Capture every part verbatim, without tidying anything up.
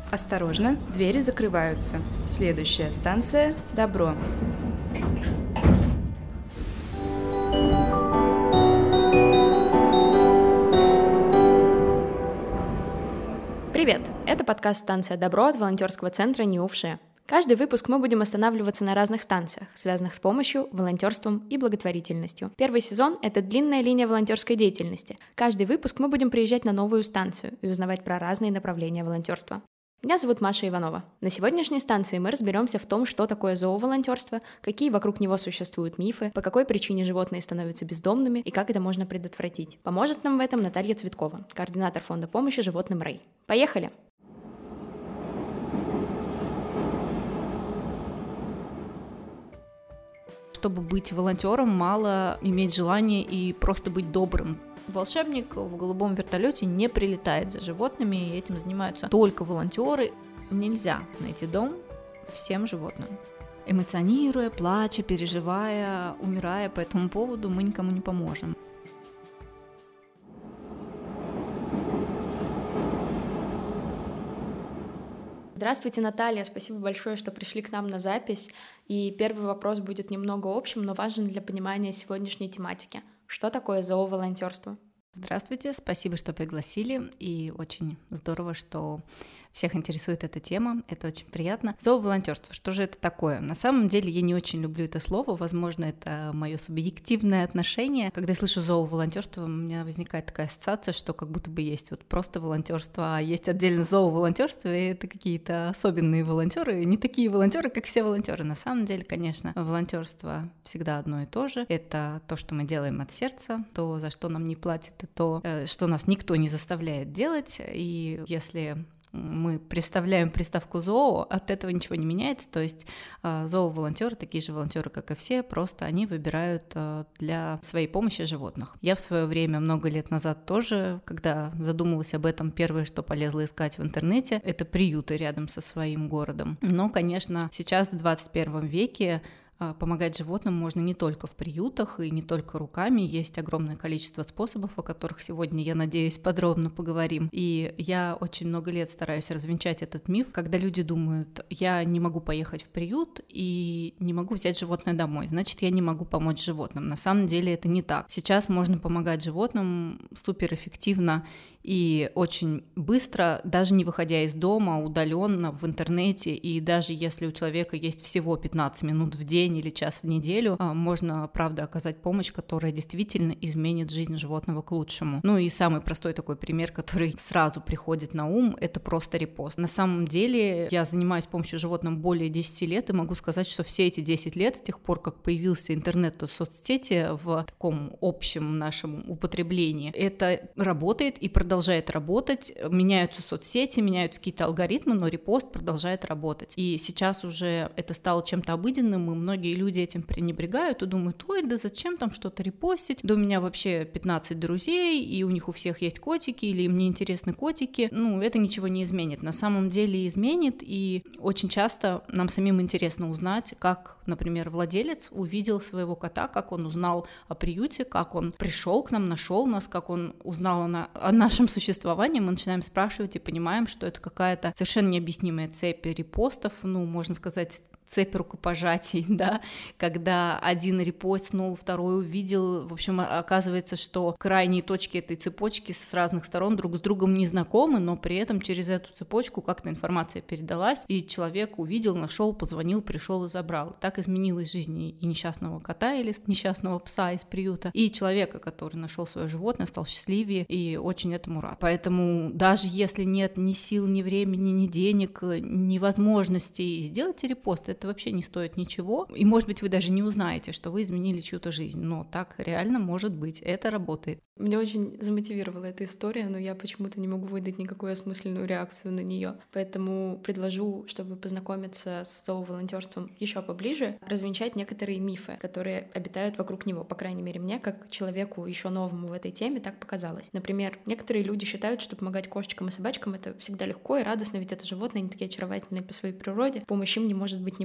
Осторожно, двери закрываются. Следующая станция – Добро. Привет! Это подкаст «Станция Добро» от волонтерского центра НИУФШИ. Каждый выпуск мы будем останавливаться на разных станциях, связанных с помощью, волонтерством и благотворительностью. Первый сезон — это длинная линия волонтерской деятельности. Каждый выпуск мы будем приезжать на новую станцию и узнавать про разные направления волонтерства. Меня зовут Маша Иванова. На сегодняшней станции мы разберемся в том, что такое зооволонтерство, какие вокруг него существуют мифы, по какой причине животные становятся бездомными и как это можно предотвратить. Поможет нам в этом Наталья Цветкова, координатор фонда помощи животным Рэй. Поехали! Чтобы быть волонтером, мало иметь желание и просто быть добрым. Волшебник в голубом вертолете не прилетает за животными, и этим занимаются только волонтеры. Нельзя найти дом всем животным. Эмоционируя, плача, переживая, умирая по этому поводу, мы никому не поможем. Здравствуйте, Наталья, спасибо большое, что пришли к нам на запись. И первый вопрос будет немного общим, но важен для понимания сегодняшней тематики. Что такое зооволонтерство? Здравствуйте, спасибо, что пригласили, и очень здорово, что всех интересует эта тема, это очень приятно. Зооволонтерство, что же это такое? На самом деле я не очень люблю это слово, возможно, это мое субъективное отношение. Когда я слышу зооволонтерство, у меня возникает такая ассоциация, что как будто бы есть вот просто волонтерство, а есть отдельно зооволонтерство, и это какие-то особенные волонтеры, не такие волонтеры, как все волонтеры. На самом деле, конечно, волонтерство всегда одно и то же. Это то, что мы делаем от сердца, то, за что нам не платят, и то, что нас никто не заставляет делать. И если мы представляем приставку «зоо», от этого ничего не меняется, то есть зооволонтеры такие же волонтеры, как и все, просто они выбирают для своей помощи животных. Я в свое время, много лет назад тоже, когда задумалась об этом, первое, что полезла искать в интернете, это приюты рядом со своим городом. Но, конечно, сейчас в двадцать первом веке помогать животным можно не только в приютах и не только руками. Есть огромное количество способов, о которых сегодня, я надеюсь, подробно поговорим. И я очень много лет стараюсь развенчать этот миф, когда люди думают: я не могу поехать в приют и не могу взять животное домой, значит, я не могу помочь животным. На самом деле это не так. Сейчас можно помогать животным суперэффективно и очень быстро, даже не выходя из дома, удаленно, в интернете, и даже если у человека есть всего пятнадцать минут в день или час в неделю, можно, правда, оказать помощь, которая действительно изменит жизнь животного к лучшему. Ну и самый простой такой пример, который сразу приходит на ум, это просто репост. На самом деле я занимаюсь помощью животным более десять лет и могу сказать, что все эти десять лет, с тех пор, как появился интернет и соцсети в таком общем нашем употреблении, это работает и продолжает продолжает работать, меняются соцсети, меняются какие-то алгоритмы, но репост продолжает работать. И сейчас уже это стало чем-то обыденным, и многие люди этим пренебрегают и думают: ой, да зачем там что-то репостить, да у меня вообще пятнадцать друзей, и у них у всех есть котики, или им не интересны котики. Ну, это ничего не изменит. На самом деле изменит, и очень часто нам самим интересно узнать, как, например, владелец увидел своего кота, как он узнал о приюте, как он пришел к нам, нашел нас, как он узнал о, на... о нашем существовании. Мы начинаем спрашивать и понимаем, что это какая-то совершенно необъяснимая цепь репостов, ну, можно сказать, цепь рукопожатий, да, когда один репостнул, второй увидел. В общем, оказывается, что крайние точки этой цепочки с разных сторон друг с другом не знакомы, но при этом через эту цепочку как-то информация передалась, и человек увидел, нашел, позвонил, пришел и забрал. Так изменилась жизнь и несчастного кота или несчастного пса из приюта, и человека, который нашел свое животное, стал счастливее и очень этому рад. Поэтому даже если нет ни сил, ни времени, ни денег, ни возможностей, сделайте репост. Это вообще не стоит ничего, и, может быть, вы даже не узнаете, что вы изменили чью-то жизнь, но так реально может быть, это работает. Меня очень замотивировала эта история, но я почему-то не могу выдать никакую осмысленную реакцию на нее, поэтому предложу, чтобы познакомиться с зооволонтерством еще поближе, развенчать некоторые мифы, которые обитают вокруг него, по крайней мере, мне, как человеку еще новому в этой теме, так показалось. Например, некоторые люди считают, что помогать кошечкам и собачкам — это всегда легко и радостно, ведь это животные, они такие очаровательные по своей природе, помощь им не может быть невозможной.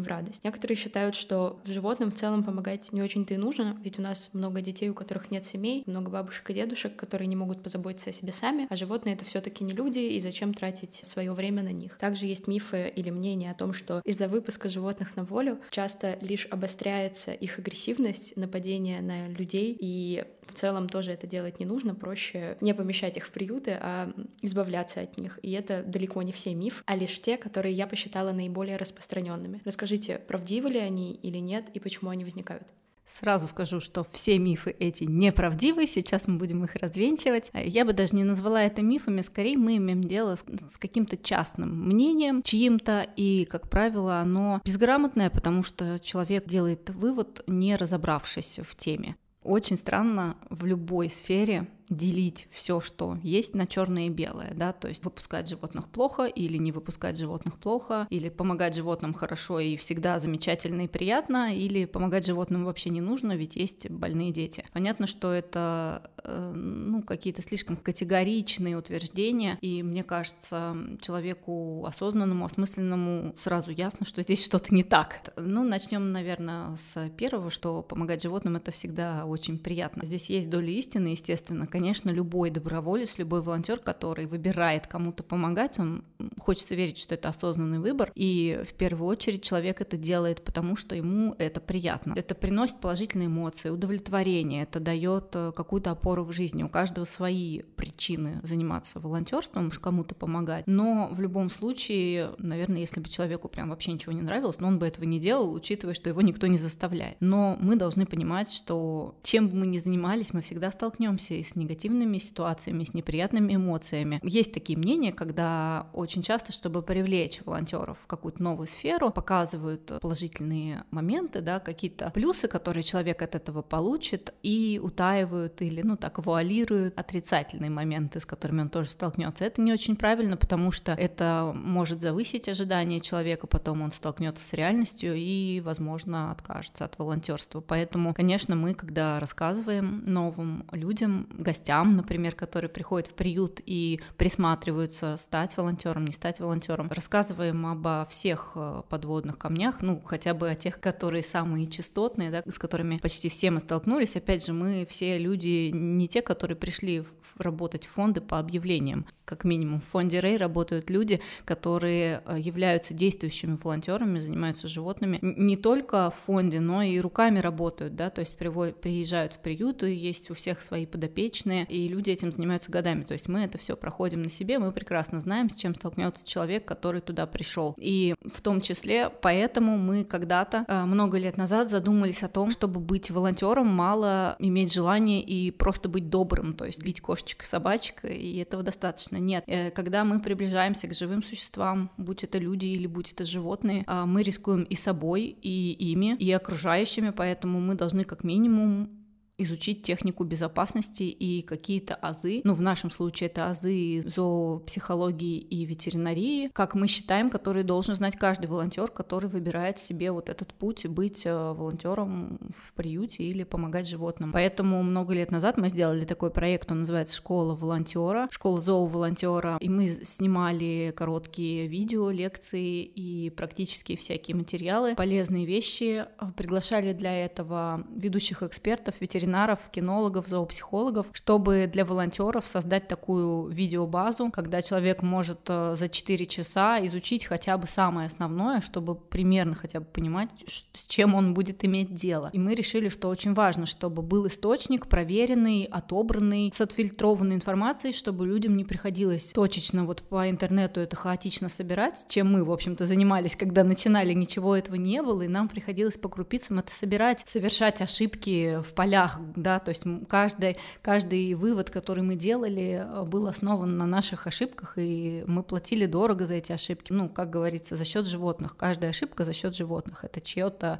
в радость. Некоторые считают, что животным в целом помогать не очень-то и нужно, ведь у нас много детей, у которых нет семей, много бабушек и дедушек, которые не могут позаботиться о себе сами, а животные — это все-таки не люди, и зачем тратить свое время на них. Также есть мифы или мнения о том, что из-за выпуска животных на волю часто лишь обостряется их агрессивность, нападение на людей, и в целом тоже это делать не нужно, проще не помещать их в приюты, а избавляться от них. И это далеко не все мифы, а лишь те, которые я посчитала наиболее распространенными. Расскажите, правдивы ли они или нет, и почему они возникают? Сразу скажу, что все мифы эти неправдивы, сейчас мы будем их развенчивать. Я бы даже не назвала это мифами, скорее мы имеем дело с, с каким-то частным мнением, чьим-то, и, как правило, оно безграмотное, потому что человек делает вывод, не разобравшись в теме. Очень странно в любой сфере делить все, что есть, на черное и белое, да, то есть выпускать животных плохо или не выпускать животных плохо, или помогать животным хорошо и всегда замечательно и приятно, или помогать животным вообще не нужно, ведь есть больные дети. Понятно, что это э, ну, какие-то слишком категоричные утверждения, и мне кажется, человеку осознанному, осмысленному сразу ясно, что здесь что-то не так. Ну, начнем, наверное, с первого, что помогать животным — это всегда очень приятно. Здесь есть доля истины, естественно. Конечно, любой доброволец, любой волонтер, который выбирает кому-то помогать, он хочется верить, что это осознанный выбор, и в первую очередь человек это делает, потому что ему это приятно. Это приносит положительные эмоции, удовлетворение, это дает какую-то опору в жизни. У каждого свои причины заниматься волонтерством, кому-то помогать, но в любом случае, наверное, если бы человеку прям вообще ничего не нравилось, но он бы этого не делал, учитывая, что его никто не заставляет. Но мы должны понимать, что чем бы мы ни занимались, мы всегда столкнемся и с негативными ситуациями, с неприятными эмоциями. Есть такие мнения, когда очень часто, чтобы привлечь волонтеров в какую-то новую сферу, показывают положительные моменты, да, какие-то плюсы, которые человек от этого получит, и утаивают или, ну, так, вуалируют отрицательные моменты, с которыми он тоже столкнется. Это не очень правильно, потому что это может завысить ожидания человека, потом он столкнется с реальностью и, возможно, откажется от волонтерства. Поэтому, конечно, мы, когда рассказываем новым людям, гостям, например, которые приходят в приют и присматриваются, стать волонтером, не стать волонтером, рассказываем обо всех подводных камнях, ну, хотя бы о тех, которые самые частотные, да, с которыми почти все мы столкнулись. Опять же, мы все люди не те, которые пришли работать в фонды по объявлениям. Как минимум, в фонде Рэй работают люди, которые являются действующими волонтерами, занимаются животными. Не только в фонде, но и руками работают, да, то есть приезжают в приют, и есть у всех свои подопечные, и люди этим занимаются годами. То есть мы это все проходим на себе, мы прекрасно знаем, с чем столкнется человек, который туда пришел. И в том числе поэтому мы когда-то, много лет назад, задумались о том, чтобы быть волонтером, мало иметь желание и просто быть добрым, то есть бить кошечек и собачек, и этого достаточно. Нет. Когда мы приближаемся к живым существам, будь это люди или будь это животные, мы рискуем и собой, и ими, и окружающими, поэтому мы должны как минимум изучить технику безопасности и какие-то азы, ну, в нашем случае это азы зоопсихологии и ветеринарии, как мы считаем, которые должен знать каждый волонтер, который выбирает себе вот этот путь быть волонтером в приюте или помогать животным. Поэтому много лет назад мы сделали такой проект, он называется «Школа волонтера», «Школа зооволонтера», и мы снимали короткие видео, лекции и практически всякие материалы, полезные вещи, приглашали для этого ведущих экспертов, ветеринаров, ветеринаров, кинологов, зоопсихологов, чтобы для волонтеров создать такую видеобазу, когда человек может за четыре часа изучить хотя бы самое основное, чтобы примерно хотя бы понимать, с чем он будет иметь дело. И мы решили, что очень важно, чтобы был источник проверенный, отобранный, с отфильтрованной информацией, чтобы людям не приходилось точечно вот по интернету это хаотично собирать, чем мы, в общем-то, занимались, когда начинали, ничего этого не было, и нам приходилось по крупицам это собирать, совершать ошибки в полях, да, то есть каждый, каждый вывод, который мы делали, был основан на наших ошибках, и мы платили дорого за эти ошибки, ну, как говорится, за счет животных, каждая ошибка за счет животных, это чье-то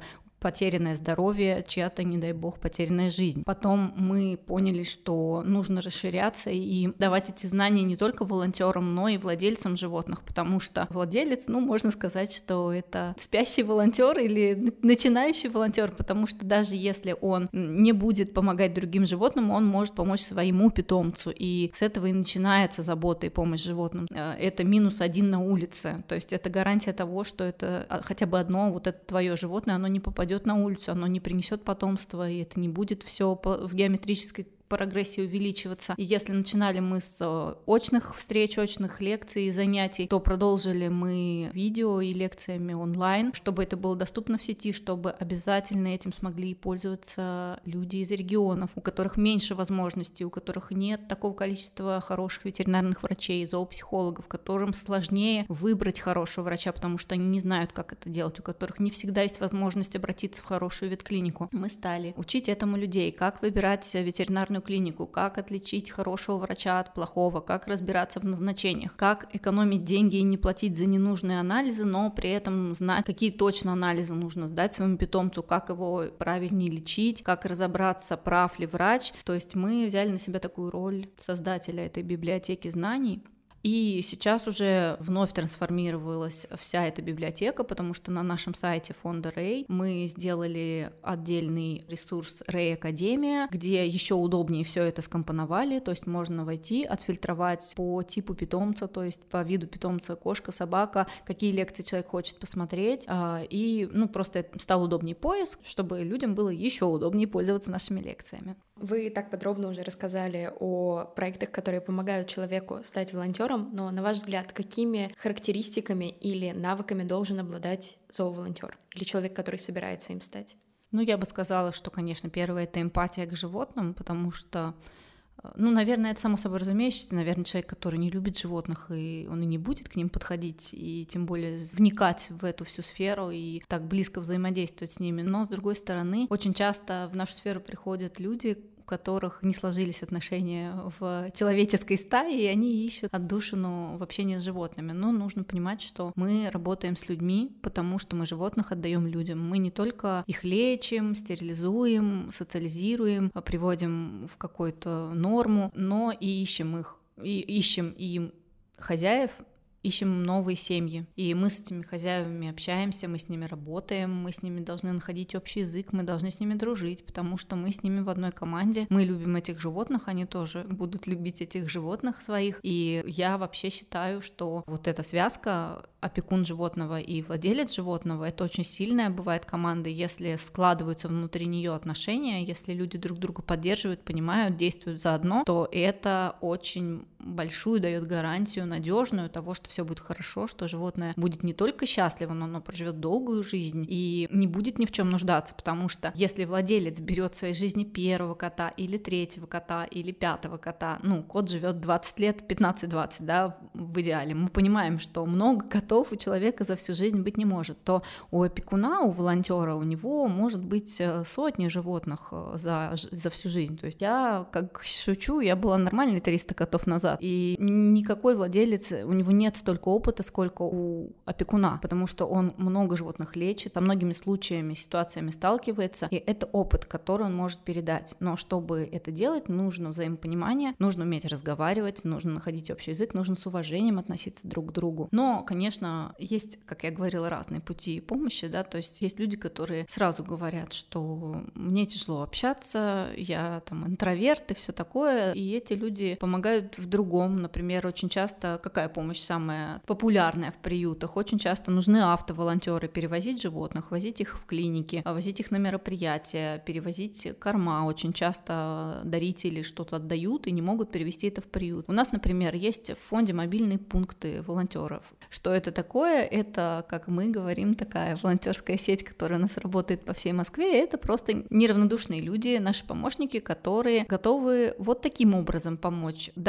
потерянное здоровье, чья-то, не дай бог, потерянная жизнь. Потом мы поняли, что нужно расширяться и давать эти знания не только волонтерам, но и владельцам животных, потому что владелец, ну, можно сказать, что это спящий волонтер или начинающий волонтер, потому что даже если он не будет помогать другим животным, он может помочь своему питомцу, и с этого и начинается забота и помощь животным. Это минус один на улице, то есть это гарантия того, что это хотя бы одно, вот это твое животное, оно не попадет на улицу, оно не принесет потомство, и это не будет все в геометрической прогрессии увеличиваться. И если начинали мы с очных встреч, очных лекций и занятий, то продолжили мы видео и лекциями онлайн, чтобы это было доступно в сети, чтобы обязательно этим смогли пользоваться люди из регионов, у которых меньше возможностей, у которых нет такого количества хороших ветеринарных врачей, зоопсихологов, которым сложнее выбрать хорошего врача, потому что они не знают, как это делать, у которых не всегда есть возможность обратиться в хорошую ветклинику. Мы стали учить этому людей, как выбирать ветеринарную клинику, как отличить хорошего врача от плохого, как разбираться в назначениях, как экономить деньги и не платить за ненужные анализы, но при этом знать, какие точно анализы нужно сдать своему питомцу, как его правильнее лечить, как разобраться, прав ли врач. То есть мы взяли на себя такую роль создателя этой библиотеки знаний. И сейчас уже вновь трансформировалась вся эта библиотека, потому что на нашем сайте фонда Рэй мы сделали отдельный ресурс Рэй Академия, где еще удобнее все это скомпоновали, то есть можно войти, отфильтровать по типу питомца, то есть по виду питомца, кошка, собака, какие лекции человек хочет посмотреть, и ну, просто стал удобнее поиск, чтобы людям было еще удобнее пользоваться нашими лекциями. Вы так подробно уже рассказали о проектах, которые помогают человеку стать волонтером, но, на ваш взгляд, какими характеристиками или навыками должен обладать зооволонтер или человек, который собирается им стать? Ну, я бы сказала, что, конечно, первое — это эмпатия к животным, потому что, ну, наверное, это само собой разумеющееся, наверное, человек, который не любит животных, и он и не будет к ним подходить, и тем более вникать в эту всю сферу и так близко взаимодействовать с ними. Но, с другой стороны, очень часто в нашу сферу приходят люди, у которых не сложились отношения в человеческой стае, и они ищут отдушину в общении с животными. Но нужно понимать, что мы работаем с людьми, потому что мы животных отдаем людям. Мы не только их лечим, стерилизуем, социализируем, приводим в какую-то норму, но и ищем их, и ищем им хозяев, ищем новые семьи, и мы с этими хозяевами общаемся, мы с ними работаем, мы с ними должны находить общий язык, мы должны с ними дружить, потому что мы с ними в одной команде, мы любим этих животных, они тоже будут любить этих животных своих, и я вообще считаю, что вот эта связка опекун животного и владелец животного — это очень сильная бывает команда, если складываются внутри нее отношения, если люди друг друга поддерживают, понимают, действуют заодно, то это очень большую дает гарантию, надежную того, что все будет хорошо, что животное будет не только счастливо, но оно проживет долгую жизнь и не будет ни в чем нуждаться, потому что если владелец берет в своей жизни первого кота или третьего кота или пятого кота, ну, кот живет двадцать лет, пятнадцать-двадцать, да, в идеале, мы понимаем, что много котов у человека за всю жизнь быть не может, то у опекуна, у волонтера, у него может быть сотни животных за, за всю жизнь. То есть я, как шучу, я была нормальной триста котов назад, и никакой владелец, у него нет столько опыта, сколько у опекуна, потому что он много животных лечит, со многими случаями, ситуациями сталкивается, и это опыт, который он может передать. Но чтобы это делать, нужно взаимопонимание, нужно уметь разговаривать, нужно находить общий язык, нужно с уважением относиться друг к другу. Но, конечно, есть, как я говорила, разные пути помощи, да, то есть есть люди, которые сразу говорят, что мне тяжело общаться, я там интроверт и все такое, и эти люди помогают в другом. Например, очень часто какая помощь самая популярная в приютах? Очень часто нужны автоволонтеры, перевозить животных, возить их в клиники, возить их на мероприятия, перевозить корма. Очень часто дарители что-то отдают и не могут перевести это в приют. У нас, например, есть в фонде мобильные пункты волонтеров. Что это такое? Это, как мы говорим, такая волонтерская сеть, которая у нас работает по всей Москве. Это просто неравнодушные люди, наши помощники, которые готовы вот таким образом помочь, дать свой контакт,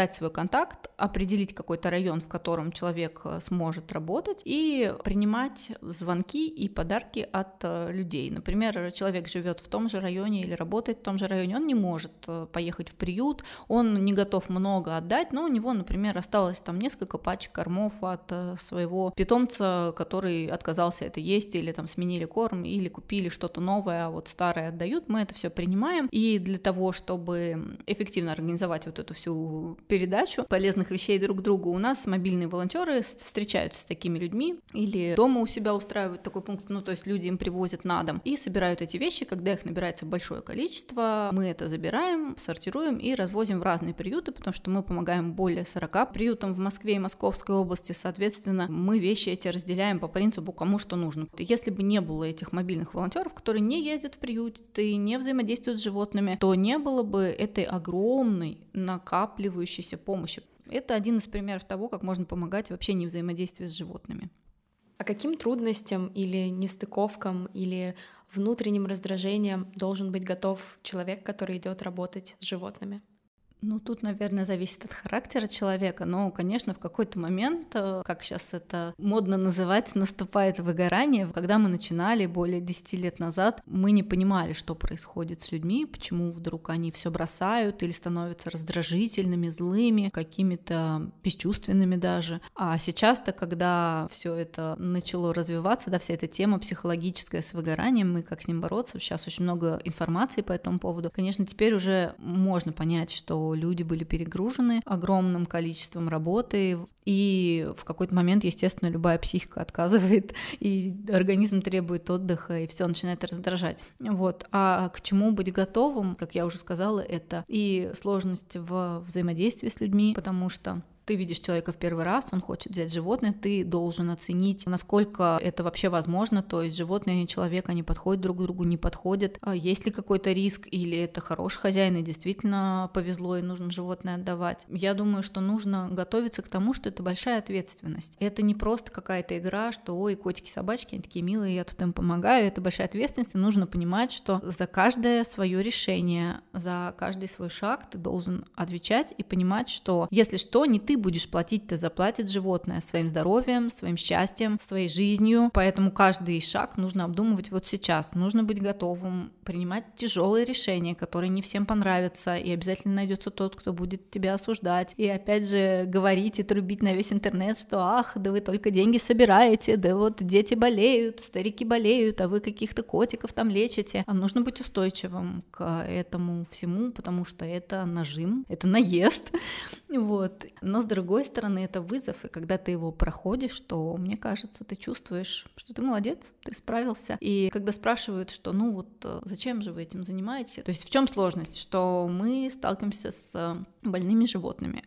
контакт, определить какой-то район, в котором человек сможет работать, и принимать звонки и подарки от людей. Например, человек живет в том же районе или работает в том же районе, он не может поехать в приют, он не готов много отдать, но у него, например, осталось там несколько пачек кормов от своего питомца, который отказался это есть, или там сменили корм, или купили что-то новое, а вот старое отдают, мы это все принимаем. И для того, чтобы эффективно организовать вот эту всю передачу полезных вещей друг другу, у нас мобильные волонтеры встречаются с такими людьми или дома у себя устраивают такой пункт, ну то есть люди им привозят на дом и собирают эти вещи, когда их набирается большое количество, мы это забираем, сортируем и развозим в разные приюты, потому что мы помогаем более сорока приютам в Москве и Московской области, соответственно, мы вещи эти разделяем по принципу кому что нужно. Если бы не было этих мобильных волонтеров, которые не ездят в приюты, не взаимодействуют с животными, то не было бы этой огромной накапливающейся помощи. Это один из примеров того, как можно помогать вообще не взаимодействуя с животными. А каким трудностям или нестыковкам, или внутренним раздражением должен быть готов человек, который идет работать с животными? Ну, тут, наверное, зависит от характера человека, но, конечно, в какой-то момент, как сейчас это модно называть, наступает выгорание. Когда мы начинали более десяти лет назад, мы не понимали, что происходит с людьми, почему вдруг они все бросают или становятся раздражительными, злыми, какими-то бесчувственными даже. А сейчас-то, когда все это начало развиваться, да, вся эта тема психологическая с выгоранием, и как с ним бороться, сейчас очень много информации по этому поводу. Конечно, теперь уже можно понять, что люди были перегружены огромным количеством работы, и в какой-то момент, естественно, любая психика отказывает, и организм требует отдыха, и все начинает раздражать. Вот. А к чему быть готовым, как я уже сказала, это и сложность в взаимодействии с людьми, потому что ты видишь человека в первый раз, он хочет взять животное, ты должен оценить, насколько это вообще возможно, то есть животное и человек, они подходят друг к другу, не подходят, есть ли какой-то риск, или это хороший хозяин, и действительно повезло, и нужно животное отдавать. Я думаю, что нужно готовиться к тому, что это большая ответственность. Это не просто какая-то игра, что ой, котики, собачки, они такие милые, я тут им помогаю, это большая ответственность, и нужно понимать, что за каждое свое решение, за каждый свой шаг ты должен отвечать и понимать, что если что, не ты будешь платить, ты заплатит животное своим здоровьем, своим счастьем, своей жизнью. Поэтому каждый шаг нужно обдумывать вот сейчас. Нужно быть готовым принимать тяжелые решения, которые не всем понравятся, и обязательно найдется тот, кто будет тебя осуждать. И опять же говорить и трубить на весь интернет, что ах, да вы только деньги собираете, да вот дети болеют, старики болеют, а вы каких-то котиков там лечите. А нужно быть устойчивым к этому всему, потому что это нажим, это наезд. Вот. Но с другой стороны, это вызов, и когда ты его проходишь, то, мне кажется, ты чувствуешь, что ты молодец, ты справился. И когда спрашивают, что ну вот зачем же вы этим занимаетесь, то есть в чем сложность, что мы сталкиваемся с больными животными.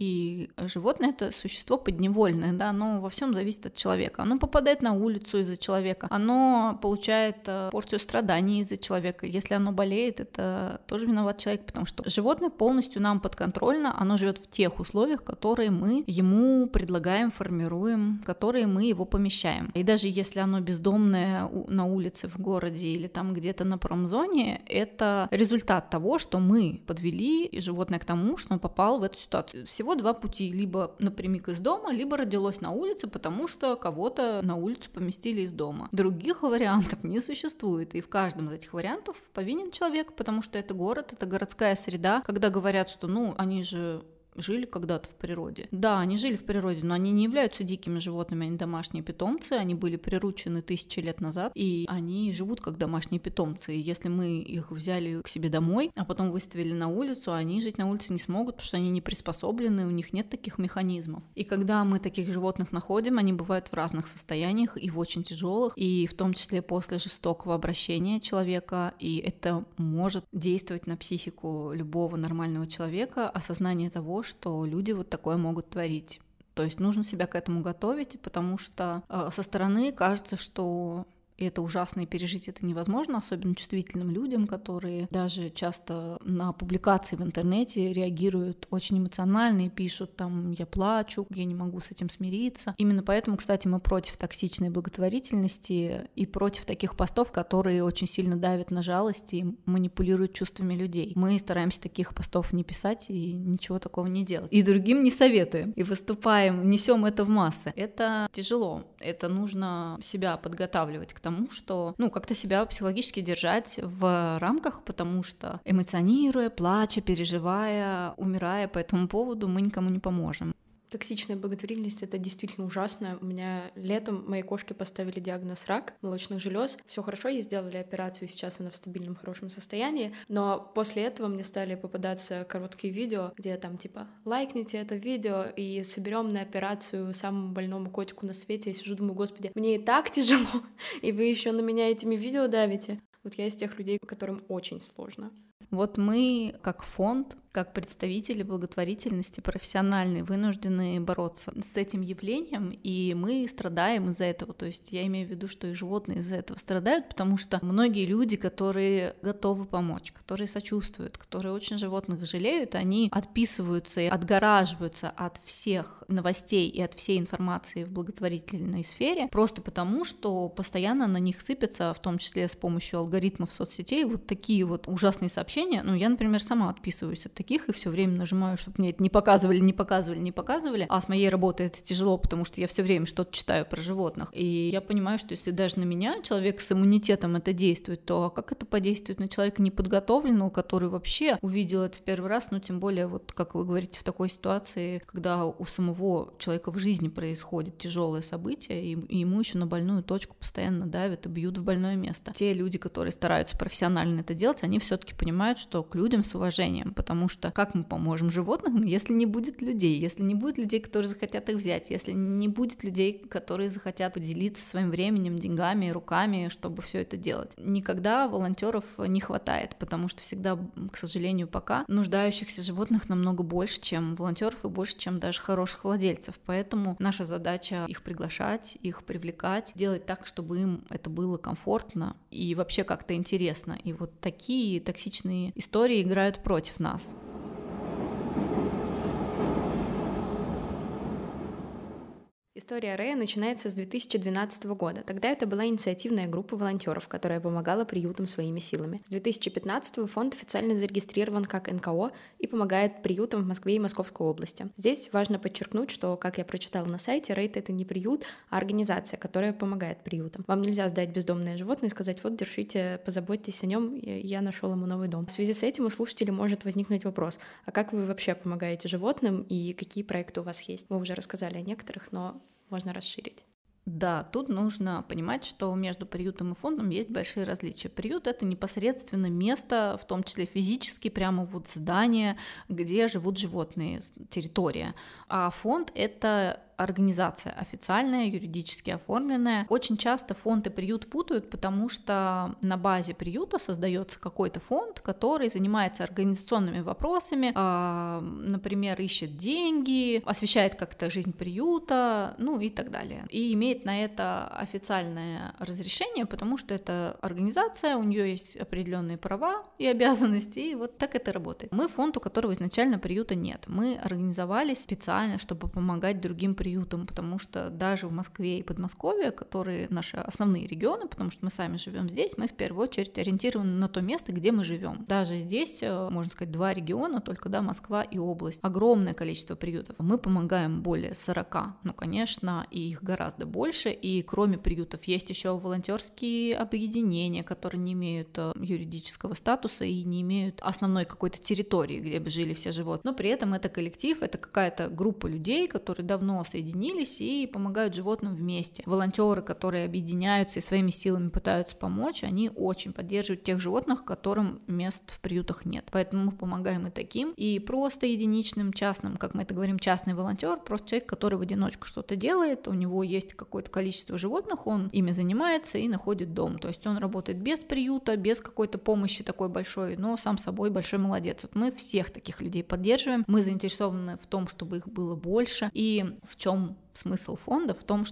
И животное — это существо подневольное, да, оно во всем зависит от человека. Оно попадает на улицу из-за человека, оно получает порцию страданий из-за человека. Если оно болеет, это тоже виноват человек, потому что животное полностью нам подконтрольно, оно живет в тех условиях, которые мы ему предлагаем, формируем, в которые мы его помещаем. И даже если оно бездомное на улице в городе или там где-то на промзоне, это результат того, что мы подвели животное к тому, что он попал в эту ситуацию. Всего два пути: либо напрямик из дома, либо родилось на улице, потому что кого-то на улицу поместили из дома. Других вариантов не существует, и в каждом из этих вариантов повинен человек, потому что это город, это городская среда. Когда говорят, что ну они же жили когда-то в природе. Да, они жили в природе, но они не являются дикими животными, они домашние питомцы, они были приручены тысячи лет назад, и они живут как домашние питомцы. И если мы их взяли к себе домой, а потом выставили на улицу, они жить на улице не смогут, потому что они не приспособлены, у них нет таких механизмов. И когда мы таких животных находим, они бывают в разных состояниях и в очень тяжелых, и в том числе после жестокого обращения человека, и это может действовать на психику любого нормального человека, осознание того, что люди вот такое могут творить. То есть нужно себя к этому готовить, потому что э, со стороны кажется, что И это ужасно, и пережить это невозможно, особенно чувствительным людям, которые даже часто на публикации в интернете реагируют очень эмоционально и пишут там «я плачу, я не могу с этим смириться». Именно поэтому, кстати, мы против токсичной благотворительности и против таких постов, которые очень сильно давят на жалость и манипулируют чувствами людей. Мы стараемся таких постов не писать и ничего такого не делать. И другим не советуем. И выступаем, несем это в массы. Это тяжело. Это нужно себя подготавливать к тому, что, ну, как-то себя психологически держать в рамках, потому что эмоционируя, плача, переживая, умирая по этому поводу, мы никому не поможем. Токсичная благотворительность — это действительно ужасно. У меня летом моей кошке поставили диагноз рак молочных желез. Все хорошо, ей сделали операцию, сейчас она в стабильном, хорошем состоянии. Но после этого мне стали попадаться короткие видео, где там типа лайкните это видео и соберем на операцию самому больному котику на свете. Я сижу, думаю, господи, мне и так тяжело, и вы еще на меня этими видео давите. Вот я из тех людей, которым очень сложно. Вот мы, как фонд, как представители благотворительности профессиональные, вынуждены бороться с этим явлением, и мы страдаем из-за этого. То есть я имею в виду, что и животные из-за этого страдают, потому что многие люди, которые готовы помочь, которые сочувствуют, которые очень животных жалеют, они отписываются и отгораживаются от всех новостей и от всей информации в благотворительной сфере, просто потому, что постоянно на них сыпятся, в том числе с помощью алгоритмов соцсетей, вот такие вот ужасные сообщения. Ну, я, например, сама отписываюсь от таких и все время нажимаю, чтобы мне это не показывали, не показывали, не показывали. А с моей работой это тяжело, потому что я все время что-то читаю про животных. И я понимаю, что если даже на меня человек с иммунитетом это действует, то как это подействует на человека неподготовленного, который вообще увидел это в первый раз, ну тем более, вот как вы говорите, в такой ситуации, когда у самого человека в жизни происходит тяжелое событие, и, и ему еще на больную точку постоянно давят и бьют в больное место. Те люди, которые стараются профессионально это делать, они все-таки понимают, что к людям с уважением, потому что как мы поможем животным, если не будет людей, если не будет людей, которые захотят их взять, если не будет людей, которые захотят поделиться своим временем, деньгами, руками, чтобы все это делать. Никогда волонтеров не хватает, потому что всегда, к сожалению, пока нуждающихся животных намного больше, чем волонтеров и больше, чем даже хороших владельцев. Поэтому наша задача их приглашать, их привлекать, делать так, чтобы им это было комфортно и вообще как-то интересно. И вот такие токсичные истории играют против нас. История Рэя начинается с две тысячи двенадцатого года. Тогда это была инициативная группа волонтеров, которая помогала приютам своими силами. С две тысячи пятнадцатого фонд официально зарегистрирован как эн ка о и помогает приютам в Москве и Московской области. Здесь важно подчеркнуть, что, как я прочитала на сайте, Рейд — это не приют, а организация, которая помогает приютам. Вам нельзя сдать бездомное животное и сказать: вот, держите, позаботьтесь о нем, я нашел ему новый дом. В связи с этим у слушателей может возникнуть вопрос: а как вы вообще помогаете животным и какие проекты у вас есть? Мы уже рассказали о некоторых, но можно расширить. Да, тут нужно понимать, что между приютом и фондом есть большие различия. Приют — это непосредственно место, в том числе физически, прямо вот здание, где живут животные, территория. А фонд — это организация официальная, юридически оформленная. Очень часто фонд и приют путают, потому что на базе приюта создается какой-то фонд, который занимается организационными вопросами, э, например, ищет деньги, освещает как-то жизнь приюта, ну и так далее. И имеет на это официальное разрешение, потому что это организация, у нее есть определенные права и обязанности, и вот так это работает. Мы фонд, у которого изначально приюта нет. Мы организовались специально, чтобы помогать другим приютам, потому что даже в Москве и Подмосковье, которые наши основные регионы, потому что мы сами живем здесь, мы в первую очередь ориентированы на то место, где мы живем. Даже здесь, можно сказать, два региона, только да, Москва и область. Огромное количество приютов. Мы помогаем более сорока, ну, конечно, и их гораздо больше, и кроме приютов есть еще волонтерские объединения, которые не имеют юридического статуса и не имеют основной какой-то территории, где бы жили все животные. Но при этом это коллектив, это какая-то группа людей, которые давно соединились и помогают животным вместе. Волонтеры, которые объединяются и своими силами пытаются помочь, они очень поддерживают тех животных, которым мест в приютах нет. Поэтому мы помогаем и таким, и просто единичным, частным, как мы это говорим, частный волонтер, просто человек, который в одиночку что-то делает, у него есть какое-то количество животных, он ими занимается и находит дом. То есть он работает без приюта, без какой-то помощи такой большой, но сам собой большой молодец. Вот мы всех таких людей поддерживаем, мы заинтересованы в том, чтобы их было больше, и в чем смысл фонда? В том, что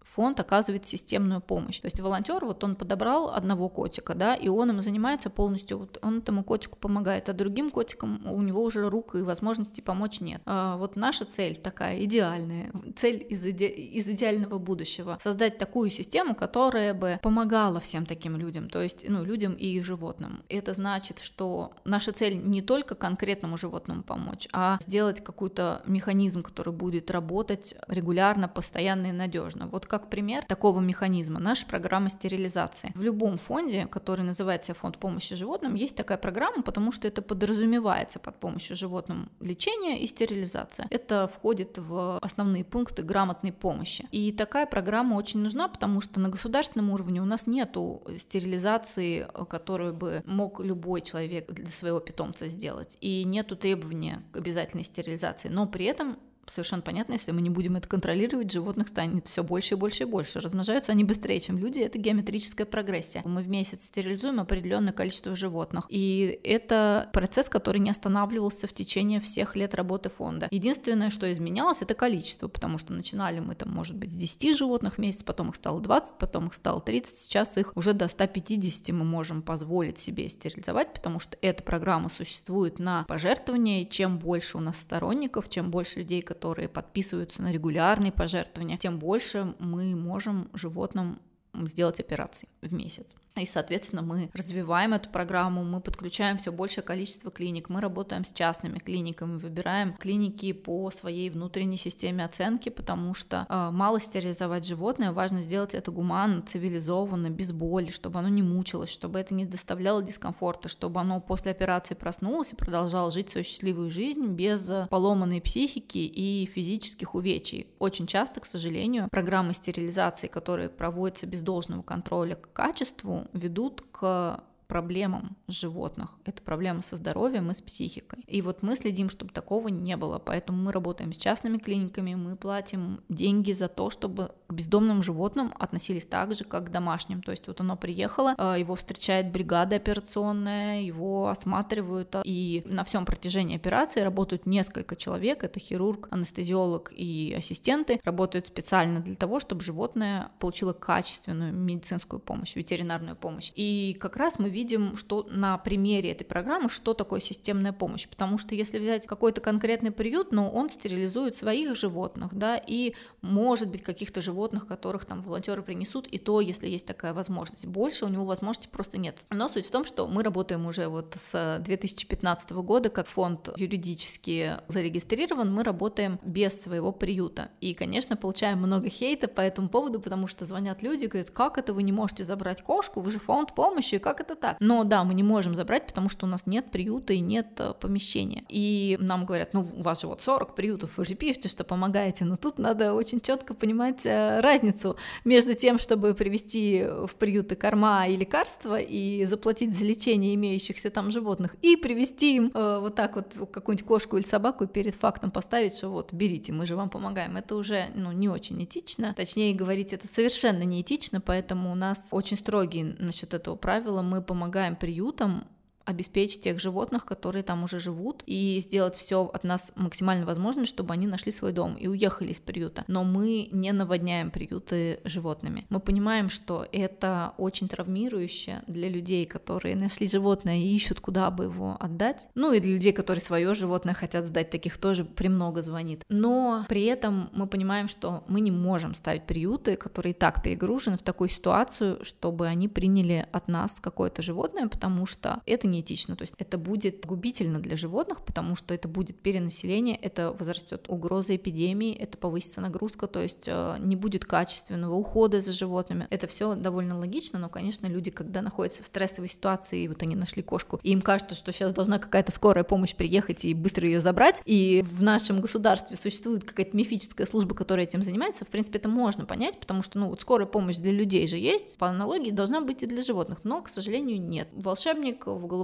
фонд оказывает системную помощь. То есть волонтер, вот он подобрал одного котика, да, и он им занимается полностью, вот он этому котику помогает, а другим котикам у него уже рук и возможностей помочь нет. А вот наша цель такая идеальная, цель из, иде... из идеального будущего, создать такую систему, которая бы помогала всем таким людям, то есть, ну, людям и животным. Это значит, что наша цель не только конкретному животному помочь, а сделать какой-то механизм, который будет работать регулярно, постоянно и надежно. Вот как пример такого механизма наша программа стерилизации. В любом фонде, который называется фонд помощи животным, есть такая программа, потому что это подразумевается под помощью животным лечение и стерилизация. Это входит в основные пункты грамотной помощи. И такая программа очень нужна, потому что на государственном уровне у нас нету стерилизации, которую бы мог любой человек для своего питомца сделать. И нету требования к обязательной стерилизации, но при этом совершенно понятно, если мы не будем это контролировать, животных станет все больше и больше и больше. Размножаются они быстрее, чем люди, это геометрическая прогрессия. Мы в месяц стерилизуем определенное количество животных. И это процесс, который не останавливался в течение всех лет работы фонда. Единственное, что изменялось, это количество, потому что начинали мы там, может быть, с десяти животных в месяц, потом их стало двадцать, потом их стало тридцать, сейчас их уже до ста пятидесяти мы можем позволить себе стерилизовать, потому что эта программа существует на пожертвования, и чем больше у нас сторонников, чем больше людей, которые которые подписываются на регулярные пожертвования, тем больше мы можем животным сделать операций в месяц. И, соответственно, мы развиваем эту программу, мы подключаем все большее количество клиник, мы работаем с частными клиниками, выбираем клиники по своей внутренней системе оценки, потому что э, мало стерилизовать животное, важно сделать это гуманно, цивилизованно, без боли, чтобы оно не мучилось, чтобы это не доставляло дискомфорта, чтобы оно после операции проснулось и продолжало жить свою счастливую жизнь без поломанной психики и физических увечий. Очень часто, к сожалению, программы стерилизации, которые проводятся без должного контроля к качеству, ведут к проблемам животных. Это проблемы со здоровьем и с психикой. И вот мы следим, чтобы такого не было. Поэтому мы работаем с частными клиниками, мы платим деньги за то, чтобы к бездомным животным относились так же, как к домашним. То есть вот оно приехало, его встречает бригада операционная, его осматривают, и на всем протяжении операции работают несколько человек, это хирург, анестезиолог и ассистенты, работают специально для того, чтобы животное получило качественную медицинскую помощь, ветеринарную помощь. И как раз мы видим, что на примере этой программы, что такое системная помощь, потому что если взять какой-то конкретный приют, но он стерилизует своих животных, да, и может быть каких-то животных, которых там волонтеры принесут, и то, если есть такая возможность. Больше у него возможности просто нет. Но суть в том, что мы работаем уже вот с две тысячи пятнадцатого года, как фонд юридически зарегистрирован, мы работаем без своего приюта. И, конечно, получаем много хейта по этому поводу, потому что звонят люди и говорят, как это вы не можете забрать кошку, вы же фонд помощи, как это так? Но да, мы не можем забрать, потому что у нас нет приюта и нет помещения. И нам говорят, ну у вас же вот сорок приютов, вы же пишете, что помогаете, но тут надо очень четко понимать разницу между тем, чтобы привезти в приюты корма и лекарства и заплатить за лечение имеющихся там животных, и привезти им э, вот так вот какую-нибудь кошку или собаку и перед фактом поставить, что вот, берите, мы же вам помогаем. Это уже, ну, не очень этично, точнее говорить, это совершенно не этично, поэтому у нас очень строгие насчет этого правила, мы помогаем приютам обеспечить тех животных, которые там уже живут, и сделать все от нас максимально возможное, чтобы они нашли свой дом и уехали из приюта. Но мы не наводняем приюты животными. Мы понимаем, что это очень травмирующе для людей, которые нашли животное и ищут, куда бы его отдать. Ну и для людей, которые свое животное хотят сдать, таких тоже премного звонит. Но при этом мы понимаем, что мы не можем ставить приюты, которые и так перегружены, в такую ситуацию, чтобы они приняли от нас какое-то животное, потому что это не этично, то есть это будет губительно для животных, потому что это будет перенаселение, это возрастет угроза эпидемии, это повысится нагрузка, то есть э, не будет качественного ухода за животными. Это все довольно логично, но, конечно, люди, когда находятся в стрессовой ситуации, и вот они нашли кошку, и им кажется, что сейчас должна какая-то скорая помощь приехать и быстро ее забрать, и в нашем государстве существует какая-то мифическая служба, которая этим занимается, в принципе, это можно понять, потому что, ну, вот скорая помощь для людей же есть, по аналогии должна быть и для животных, но, к сожалению, нет. Волшебник в голубом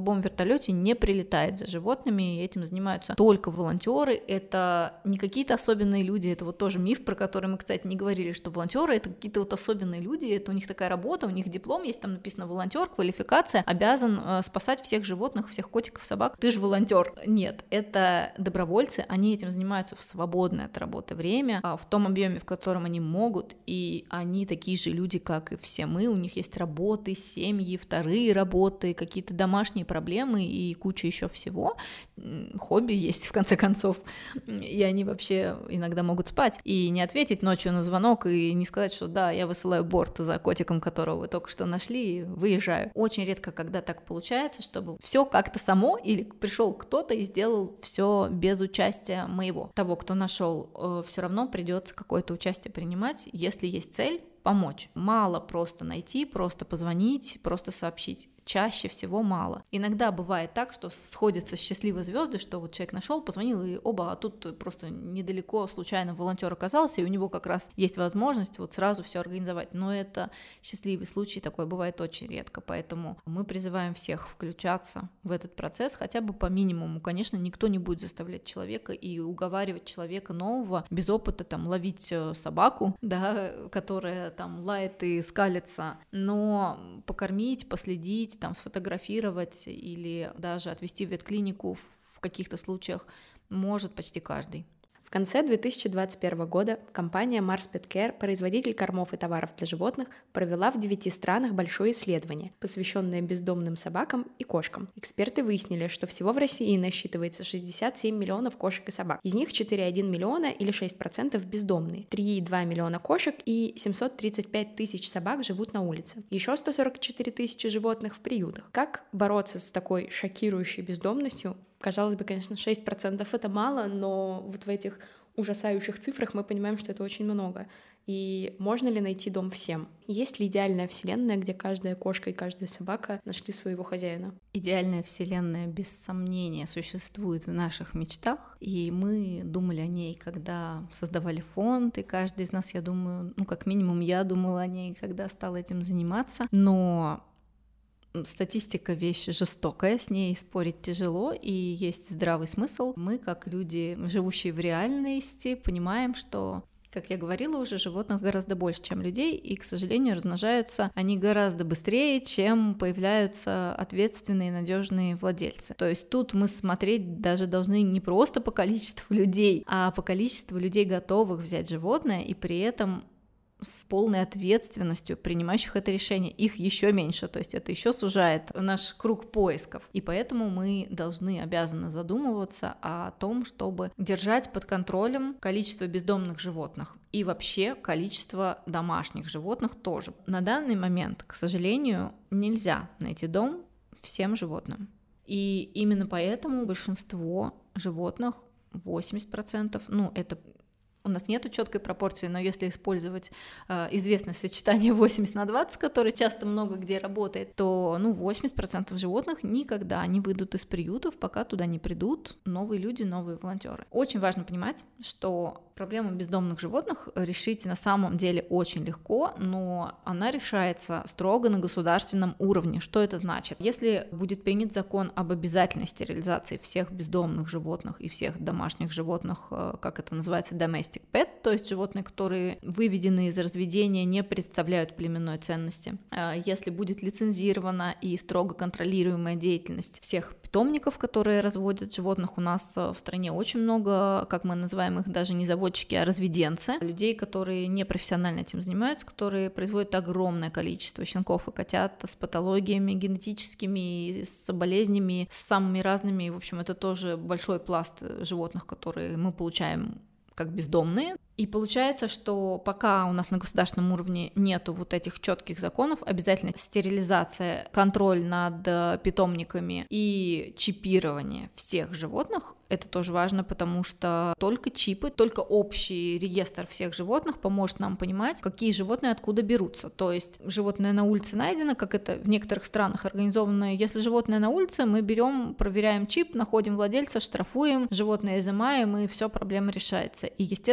голубом вертолете не прилетает за животными, и этим занимаются только волонтеры. Это не какие-то особенные люди, это вот тоже миф, про который мы, кстати, не говорили, что волонтеры это какие-то вот особенные люди, это у них такая работа, у них диплом есть, там написано волонтер, квалификация, обязан э, спасать всех животных, всех котиков, собак. Ты же волонтер. Нет, это добровольцы, они этим занимаются в свободное от работы время, в том объеме, в котором они могут, и они такие же люди, как и все мы, у них есть работы, семьи, вторые работы, какие-то домашние проблемы и куча еще всего, хобби есть в конце концов, и они вообще иногда могут спать и не ответить ночью на звонок и не сказать, что да, я высылаю борт за котиком, которого вы только что нашли, и выезжаю. Очень редко, когда так получается, чтобы все как-то само или пришел кто-то и сделал все без участия моего. Того, кто нашел, э, все равно придется какое-то участие принимать, если есть цель помочь. Мало просто найти, просто позвонить, просто сообщить. Чаще всего мало. Иногда бывает так, что сходятся счастливые звезды, что вот человек нашел, позвонил, и оба, а тут просто недалеко случайно волонтер оказался, и у него как раз есть возможность вот сразу все организовать. Но это счастливый случай, такое бывает очень редко, поэтому мы призываем всех включаться в этот процесс хотя бы по минимуму. Конечно, никто не будет заставлять человека и уговаривать человека нового без опыта там ловить собаку, да, которая там лает и скалится, но покормить, последить, там сфотографировать или даже отвезти в ветклинику в каких-то случаях может почти каждый. В конце две тысячи двадцать первого года компания Mars Pet Care, производитель кормов и товаров для животных, провела в девяти странах большое исследование, посвященное бездомным собакам и кошкам. Эксперты выяснили, что всего в России насчитывается шестьдесят семь миллионов кошек и собак. Из них четыре целых одна десятая миллиона или шесть процентов бездомные. три целых две миллиона кошек и семьсот тридцать пять тысяч собак живут на улице. Еще сто сорок четыре тысячи животных в приютах. Как бороться с такой шокирующей бездомностью? Казалось бы, конечно, шесть процентов это мало, но вот в этих ужасающих цифрах мы понимаем, что это очень много. И можно ли найти дом всем? Есть ли идеальная вселенная, где каждая кошка и каждая собака нашли своего хозяина? Идеальная вселенная, без сомнения, существует в наших мечтах, и мы думали о ней, когда создавали фонд, и каждый из нас, я думаю, ну, как минимум, я думала о ней, когда стала этим заниматься, но статистика — вещь жестокая, с ней спорить тяжело, и есть здравый смысл. Мы, как люди, живущие в реальности, понимаем, что, как я говорила уже, животных гораздо больше, чем людей, и, к сожалению, размножаются они гораздо быстрее, чем появляются ответственные и надежные владельцы. То есть тут мы смотреть даже должны не просто по количеству людей, а по количеству людей, готовых взять животное, и при этом с полной ответственностью принимающих это решение. Их еще меньше, то есть это еще сужает наш круг поисков. И поэтому мы должны, обязаны задумываться о том, чтобы держать под контролем количество бездомных животных и вообще количество домашних животных тоже. На данный момент, к сожалению, нельзя найти дом всем животным. И именно поэтому большинство животных, восемьдесят процентов, ну это у нас нету четкой пропорции, но если использовать э, известное сочетание восемьдесят на двадцать, которое часто много где работает, то ну, восемьдесят процентов животных никогда не выйдут из приютов, пока туда не придут новые люди, новые волонтеры. Очень важно понимать, что проблему бездомных животных решить на самом деле очень легко, но она решается строго на государственном уровне. Что это значит? Если будет принят закон об обязательной стерилизации всех бездомных животных и всех домашних животных, как это называется, domestic pet, то есть животные, которые выведены из разведения, не представляют племенной ценности, если будет лицензирована и строго контролируемая деятельность всех питомников, которые разводят животных, у нас в стране очень много, как мы называем их, даже не заводчики, а разведенцы, людей, которые не профессионально этим занимаются, которые производят огромное количество щенков и котят с патологиями генетическими, с болезнями, с самыми разными. В общем, это тоже большой пласт животных, которые мы получаем как бездомные. И получается, что пока у нас на государственном уровне нету вот этих четких законов, обязательно стерилизация, контроль над питомниками и чипирование всех животных, это тоже важно, потому что только чипы, только общий реестр всех животных поможет нам понимать, какие животные откуда берутся. То есть животное на улице найдено, как это в некоторых странах организовано. Если животное на улице, мы берем, проверяем чип, находим владельца, штрафуем, животное изымаем, и все, проблема решается. И, естественно, как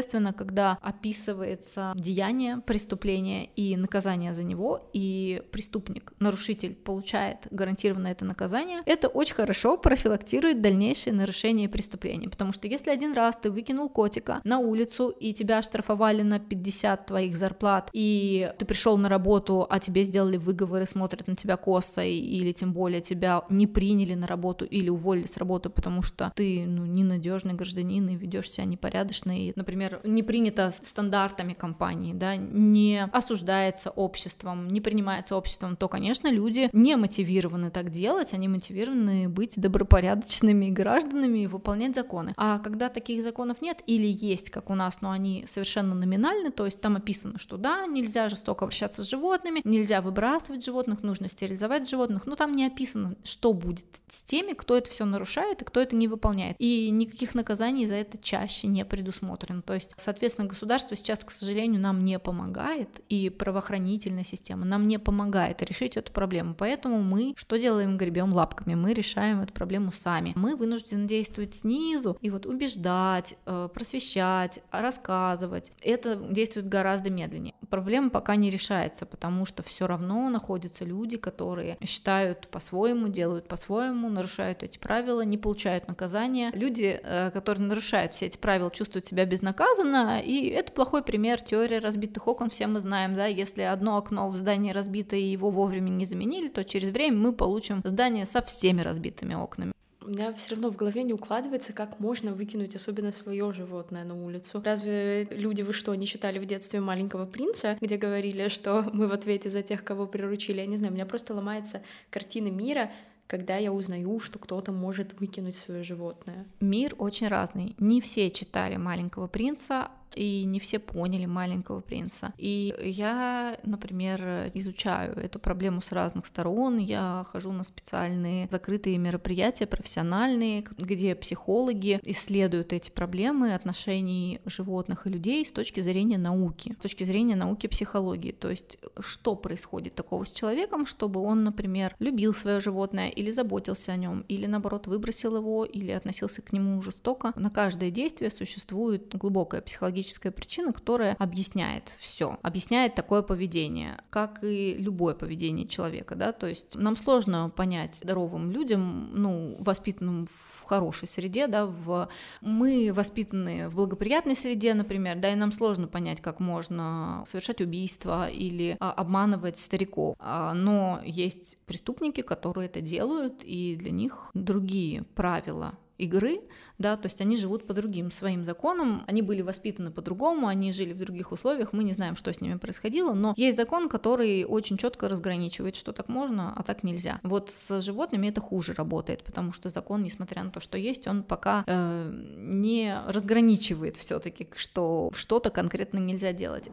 когда описывается деяние преступления и наказание за него, и преступник, нарушитель получает гарантированно это наказание, это очень хорошо профилактирует дальнейшие нарушения и преступления, потому что если один раз ты выкинул котика на улицу и тебя оштрафовали на пятьдесят твоих зарплат, и ты пришел на работу, а тебе сделали выговор и смотрят на тебя косо, или тем более тебя не приняли на работу или уволили с работы, потому что ты ну, ненадежный гражданин и ведешь себя непорядочно, и, например, не принято стандартами компании, да, не осуждается обществом, не принимается обществом, то, конечно, люди не мотивированы так делать, они мотивированы быть добропорядочными гражданами и выполнять законы. А когда таких законов нет или есть, как у нас, но они совершенно номинальны, то есть там описано, что да, нельзя жестоко обращаться с животными, нельзя выбрасывать животных, нужно стерилизовать животных, но там не описано, что будет с теми, кто это все нарушает и кто это не выполняет. И никаких наказаний за это чаще не предусмотрено. То есть, соответственно, государство сейчас, к сожалению, нам не помогает, и правоохранительная система нам не помогает решить эту проблему. Поэтому мы что делаем? Гребем лапками, мы решаем эту проблему сами. Мы вынуждены действовать снизу и вот убеждать, просвещать, рассказывать. Это действует гораздо медленнее. Проблема пока не решается, потому что все равно находятся люди, которые считают по-своему, делают по-своему, нарушают эти правила, не получают наказания. Люди, которые нарушают все эти правила, чувствуют себя безнаказанно, и это плохой пример. Теория разбитых окон, все мы знаем, да, если одно окно в здании разбито и его вовремя не заменили, то через время мы получим здание со всеми разбитыми окнами. У меня все равно в голове не укладывается, как можно выкинуть особенно свое животное на улицу. Разве люди, вы что, не читали в детстве «Маленького принца», где говорили, что мы в ответе за тех, кого приручили? Я не знаю, у меня просто ломается картина мира, когда я узнаю, что кто-то может выкинуть свое животное. Мир очень разный. Не все читали «Маленького принца», и не все поняли «Маленького принца». И я, например, изучаю эту проблему с разных сторон, я хожу на специальные закрытые мероприятия, профессиональные, где психологи исследуют эти проблемы отношений животных и людей с точки зрения науки, с точки зрения науки психологии. То есть, что происходит такого с человеком, чтобы он, например, любил свое животное или заботился о нем, или, наоборот, выбросил его, или относился к нему жестоко. На каждое действие существует глубокая психологическая причина, которая объясняет все, объясняет такое поведение, как и любое поведение человека, да, то есть нам сложно понять здоровым людям, ну, воспитанным в хорошей среде, да, в... мы воспитаны в благоприятной среде, например, да, и нам сложно понять, как можно совершать убийство или а, обманывать стариков, а, но есть преступники, которые это делают, и для них другие правила игры, да, то есть они живут по другим своим законам, они были воспитаны по-другому, они жили в других условиях, мы не знаем, что с ними происходило, но есть закон, который очень четко разграничивает, что так можно, а так нельзя. Вот с животными это хуже работает, потому что закон, несмотря на то, что есть, он пока э, не разграничивает все-таки, что что-то конкретно нельзя делать.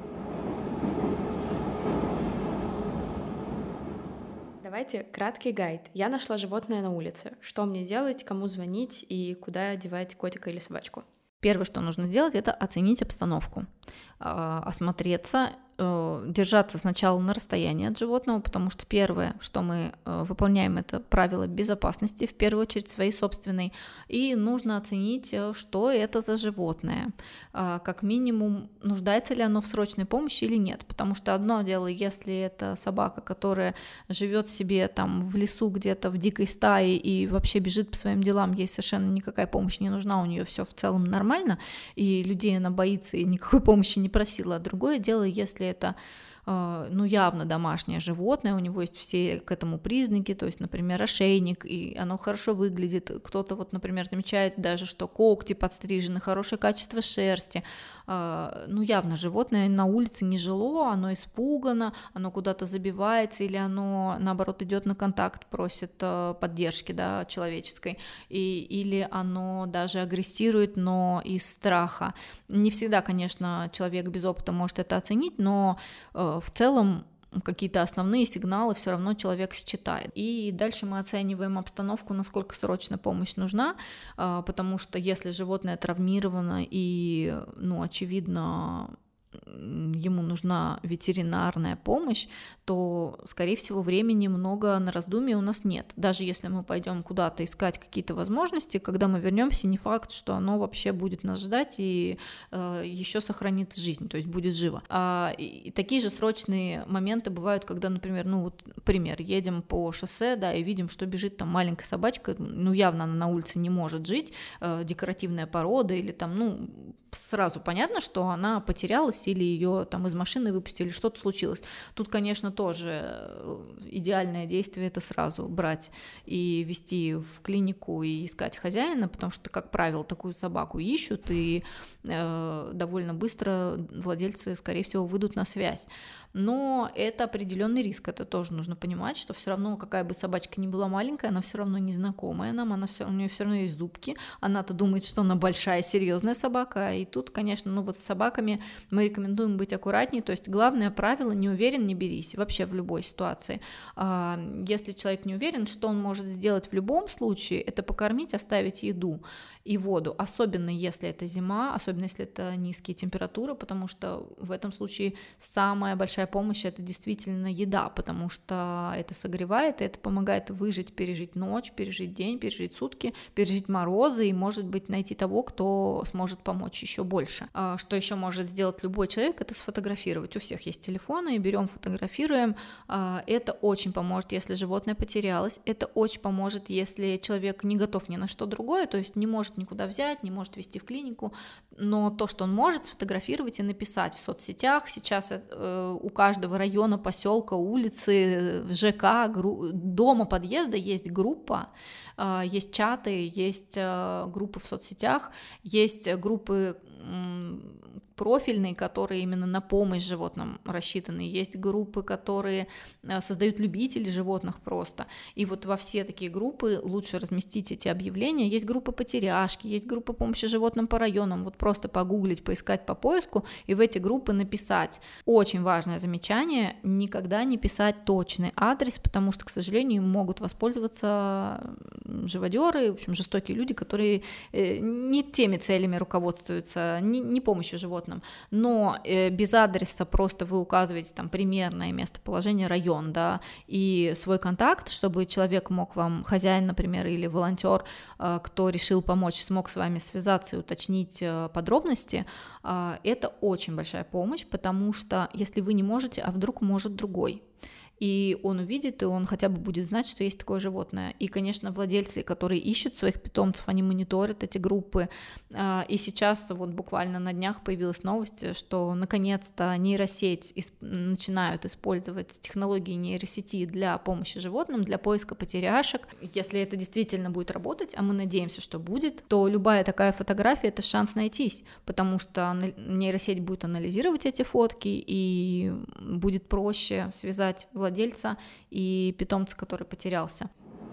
Давайте краткий гайд. Я нашла животное на улице. Что мне делать, кому звонить и куда одевать котика или собачку? Первое, что нужно сделать, это оценить обстановку, осмотреться, держаться сначала на расстоянии от животного, потому что первое, что мы выполняем, это правила безопасности, в первую очередь своей собственной, и нужно оценить, что это за животное, как минимум, нуждается ли оно в срочной помощи или нет, потому что одно дело, если это собака, которая живет себе там в лесу где-то в дикой стае и вообще бежит по своим делам, ей совершенно никакая помощь не нужна, у нее все в целом нормально, и людей она боится и никакой помощи не просила, а другое дело, если это ну, явно домашнее животное, у него есть все к этому признаки, то есть, например, ошейник, и оно хорошо выглядит, кто-то вот, например, замечает даже, что когти подстрижены, хорошее качество шерсти, ну, явно животное на улице не жило, оно испугано, оно куда-то забивается, или оно, наоборот, идет на контакт, просит поддержки, да, человеческой, и, или оно даже агрессирует, но из страха. Не всегда, конечно, человек без опыта может это оценить, но в целом какие-то основные сигналы все равно человек считает. И дальше мы оцениваем обстановку, насколько срочно помощь нужна, потому что если животное травмировано и, ну, очевидно, ему нужна ветеринарная помощь, то, скорее всего, времени много на раздумье у нас нет. Даже если мы пойдем куда-то искать какие-то возможности, когда мы вернемся, не факт, что оно вообще будет нас ждать и э, еще сохранит жизнь, то есть будет живо. А, и, и такие же срочные моменты бывают, когда, например, ну вот пример, едем по шоссе, да, и видим, что бежит там маленькая собачка, ну явно она на улице не может жить, э, декоративная порода или там, ну, сразу понятно, что она потерялась или ее там из машины выпустили, что-то случилось. Тут, конечно, тоже идеальное действие — это сразу брать и везти в клинику и искать хозяина, потому что, как правило, такую собаку ищут, и э, довольно быстро владельцы, скорее всего, выйдут на связь. Но это определенный риск, это тоже нужно понимать, что все равно, какая бы собачка ни была маленькая, она все равно незнакомая нам, она всё, у нее все равно есть зубки, она-то думает, что она большая, серьезная собака, и тут, конечно, ну вот с собаками мы рекомендуем быть аккуратнее, то есть главное правило — не уверен, не берись, вообще в любой ситуации. Если человек не уверен, что он может сделать в любом случае, это покормить, оставить еду и воду, особенно если это зима, особенно если это низкие температуры, потому что в этом случае самая большая помощь — это действительно еда, потому что это согревает, и это помогает выжить, пережить ночь, пережить день, пережить сутки, пережить морозы и, может быть, найти того, кто сможет помочь еще больше. Что еще может сделать любой человек — это сфотографировать. У всех есть телефоны, и берем, фотографируем. Это очень поможет, если животное потерялось, это очень поможет, если человек не готов ни на что другое, то есть не может никуда взять, не может везти в клинику, но то, что он может, сфотографировать и написать в соцсетях. Сейчас э, у каждого района, поселка, улицы, ЖК, гру... дома, подъезда есть группа, э, есть чаты, есть э, группы в соцсетях, есть группы э, профильные, которые именно на помощь животным рассчитаны, есть группы, которые создают любители животных просто, и вот во все такие группы лучше разместить эти объявления. Есть группы потеряшки, есть группы помощи животным по районам, вот просто погуглить, поискать по поиску и в эти группы написать. Очень важное замечание: никогда не писать точный адрес, потому что, к сожалению, могут воспользоваться живодеры, в общем, жестокие люди, которые не теми целями руководствуются, не, не помощью животным. Но э, без адреса просто вы указываете там примерное местоположение, район, да, и свой контакт, чтобы человек мог вам, хозяин, например, или волонтер, э, кто решил помочь, смог с вами связаться и уточнить э, подробности. Э, это очень большая помощь, потому что если вы не можете, а вдруг может другой, и он увидит, и он хотя бы будет знать, что есть такое животное. И, конечно, владельцы, которые ищут своих питомцев, они мониторят эти группы. И сейчас вот буквально на днях появилась новость, что наконец-то нейросеть начинают использовать технологии нейросети для помощи животным, для поиска потеряшек. Если это действительно будет работать, а мы надеемся, что будет, то любая такая фотография — это шанс найтись, потому что нейросеть будет анализировать эти фотки, и будет проще связать владельца владельца и питомца, который потерялся.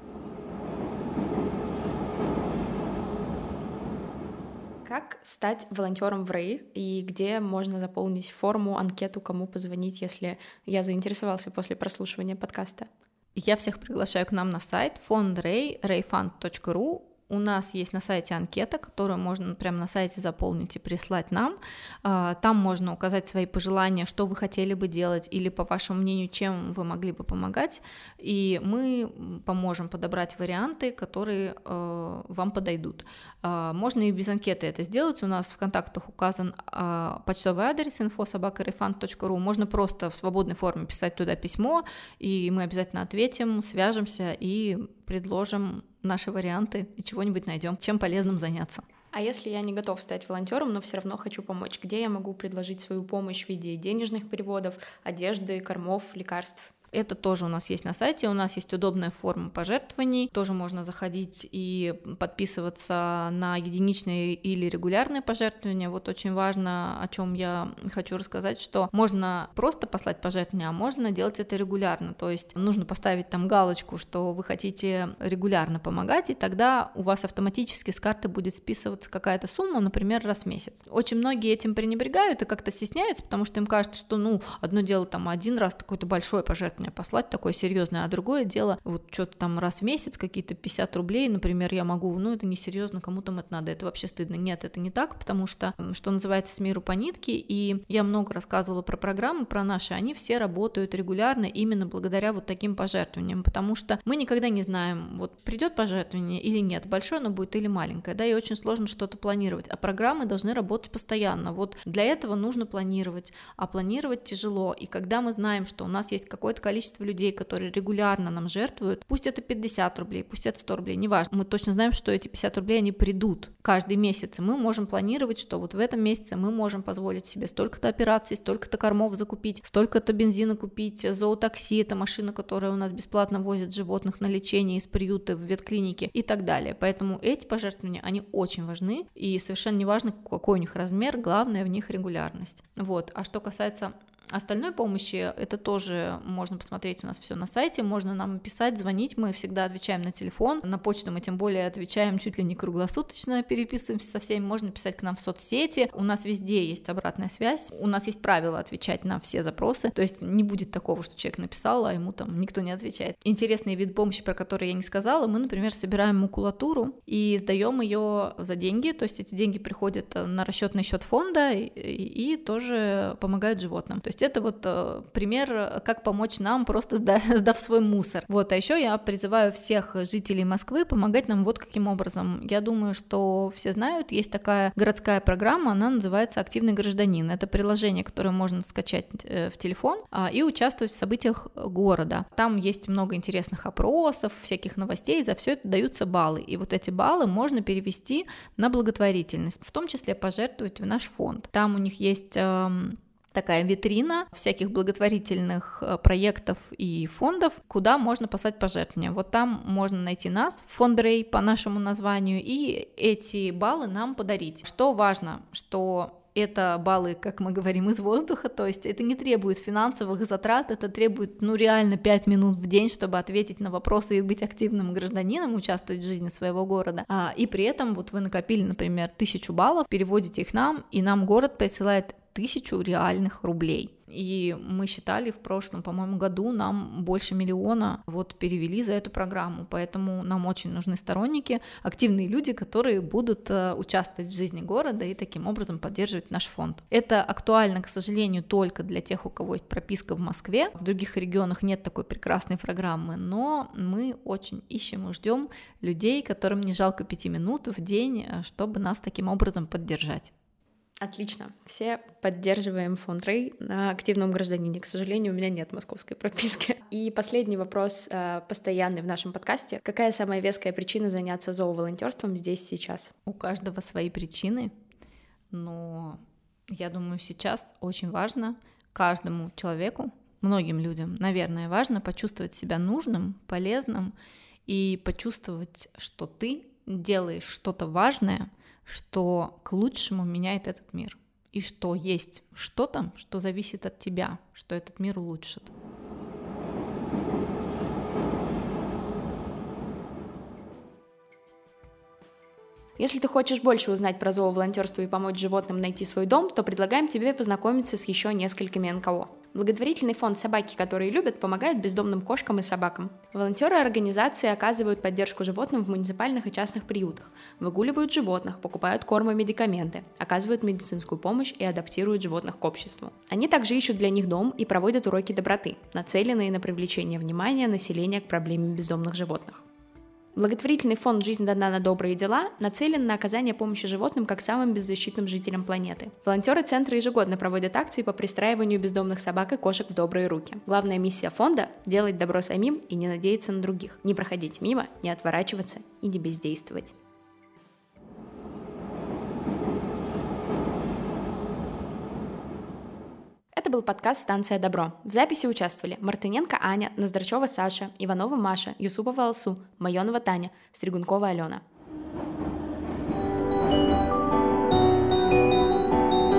Как стать волонтером в Рэй и где можно заполнить форму, анкету, кому позвонить, если я заинтересовался после прослушивания подкаста? Я всех приглашаю к нам на сайт фонд Рэй, рейфанд точка ру. У нас есть на сайте анкета, которую можно прямо на сайте заполнить и прислать нам. Там можно указать свои пожелания, что вы хотели бы делать, или, по вашему мнению, чем вы могли бы помогать, и мы поможем подобрать варианты, которые вам подойдут. Можно и без анкеты это сделать. У нас в контактах указан почтовый адрес инфо собака рейфанд точка ру. Можно просто в свободной форме писать туда письмо, и мы обязательно ответим, свяжемся и предложим наши варианты и чего-нибудь найдем, чем полезным заняться. А если я не готов стать волонтером, но все равно хочу помочь, где я могу предложить свою помощь в виде денежных переводов, одежды, кормов, лекарств? Это тоже у нас есть на сайте, у нас есть удобная форма пожертвований, тоже можно заходить и подписываться на единичные или регулярные пожертвования. Вот очень важно, о чем я хочу рассказать, что можно просто послать пожертвования, а можно делать это регулярно, то есть нужно поставить там галочку, что вы хотите регулярно помогать, и тогда у вас автоматически с карты будет списываться какая-то сумма, например, раз в месяц. Очень многие этим пренебрегают и как-то стесняются, потому что им кажется, что, ну, одно дело там один раз какое-то большое пожертвование, пожертвование послать, такое серьезное, а другое дело, вот что-то там раз в месяц, какие-то пятьдесят рублей, например, я могу, ну это несерьезно, кому там это надо, это вообще стыдно. Нет, это не так, потому что, что называется, с миру по нитке, и я много рассказывала про программы, про наши, они все работают регулярно именно благодаря вот таким пожертвованиям, потому что мы никогда не знаем, вот придет пожертвование или нет, большое оно будет или маленькое, да, и очень сложно что-то планировать, а программы должны работать постоянно, вот для этого нужно планировать, а планировать тяжело, и когда мы знаем, что у нас есть какое-то количество людей, которые регулярно нам жертвуют, пусть это пятьдесят рублей, пусть это сто рублей, неважно, мы точно знаем, что эти пятьдесят рублей, они придут каждый месяц, и мы можем планировать, что вот в этом месяце мы можем позволить себе столько-то операций, столько-то кормов закупить, столько-то бензина купить, зоотакси, это машина, которая у нас бесплатно возит животных на лечение из приюта в ветклинике и так далее, поэтому эти пожертвования, они очень важны, и совершенно не важно, какой у них размер, главное в них регулярность. Вот, а что касается остальной помощи, это тоже можно посмотреть у нас все на сайте, можно нам писать, звонить, мы всегда отвечаем на телефон, на почту мы тем более отвечаем чуть ли не круглосуточно, переписываемся со всеми, можно писать к нам в соцсети, у нас везде есть обратная связь, у нас есть правило отвечать на все запросы, то есть не будет такого, что человек написал, а ему там никто не отвечает. Интересный вид помощи, про который я не сказала, мы, например, собираем макулатуру и сдаем ее за деньги, то есть эти деньги приходят на расчетный счет фонда и, и, и тоже помогают животным, то есть это вот э, пример, как помочь нам, просто сда- сдав свой мусор. Вот, а еще я призываю всех жителей Москвы помогать нам вот каким образом. Я думаю, что все знают, есть такая городская программа, она называется «Активный гражданин». Это приложение, которое можно скачать э, в телефон а, и участвовать в событиях города. Там есть много интересных опросов, всяких новостей, за все это даются баллы. И вот эти баллы можно перевести на благотворительность, в том числе пожертвовать в наш фонд. Там у них есть... Э, такая витрина всяких благотворительных проектов и фондов, куда можно послать пожертвования. Вот там можно найти нас, фонд Рей по нашему названию, и эти баллы нам подарить. Что важно, что это баллы, как мы говорим, из воздуха, то есть это не требует финансовых затрат, это требует, ну, реально пять минут в день, чтобы ответить на вопросы и быть активным гражданином, участвовать в жизни своего города. А, и при этом вот вы накопили, например, тысячу баллов, переводите их нам, и нам город присылает тысячу реальных рублей. И мы считали в прошлом, по-моему, году нам больше миллиона вот перевели за эту программу, поэтому нам очень нужны сторонники, активные люди, которые будут участвовать в жизни города и таким образом поддерживать наш фонд. Это актуально, к сожалению, только для тех, у кого есть прописка в Москве. В других регионах нет такой прекрасной программы, но мы очень ищем и ждем людей, которым не жалко пяти минут в день, чтобы нас таким образом поддержать. Отлично. Все поддерживаем фонд Рей на активном гражданине. К сожалению, у меня нет московской прописки. И последний вопрос, постоянный в нашем подкасте. Какая самая веская причина заняться зооволонтерством здесь, сейчас? У каждого свои причины, но я думаю, сейчас очень важно каждому человеку, многим людям, наверное, важно почувствовать себя нужным, полезным и почувствовать, что ты делаешь что-то важное, что к лучшему меняет этот мир, и что есть что-то, что зависит от тебя, что этот мир улучшит. Если ты хочешь больше узнать про зооволонтерство и помочь животным найти свой дом, то предлагаем тебе познакомиться с еще несколькими эн ка о. Благотворительный фонд «Собаки, которые любят» помогает бездомным кошкам и собакам. Волонтеры организации оказывают поддержку животным в муниципальных и частных приютах, выгуливают животных, покупают корм и медикаменты, оказывают медицинскую помощь и адаптируют животных к обществу. Они также ищут для них дом и проводят уроки доброты, нацеленные на привлечение внимания населения к проблеме бездомных животных. Благотворительный фонд «Жизнь дана на добрые дела» нацелен на оказание помощи животным как самым беззащитным жителям планеты. Волонтеры центра ежегодно проводят акции по пристраиванию бездомных собак и кошек в добрые руки. Главная миссия фонда – делать добро самим и не надеяться на других, не проходить мимо, не отворачиваться и не бездействовать. Это был подкаст «Станция Добро». В записи участвовали Мартыненко Аня, Ноздрачева Саша, Иванова Маша, Юсупова Алсу, Майонова Таня, Стригункова Алена.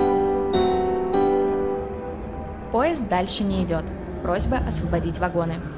Поезд дальше не идет. Просьба освободить вагоны.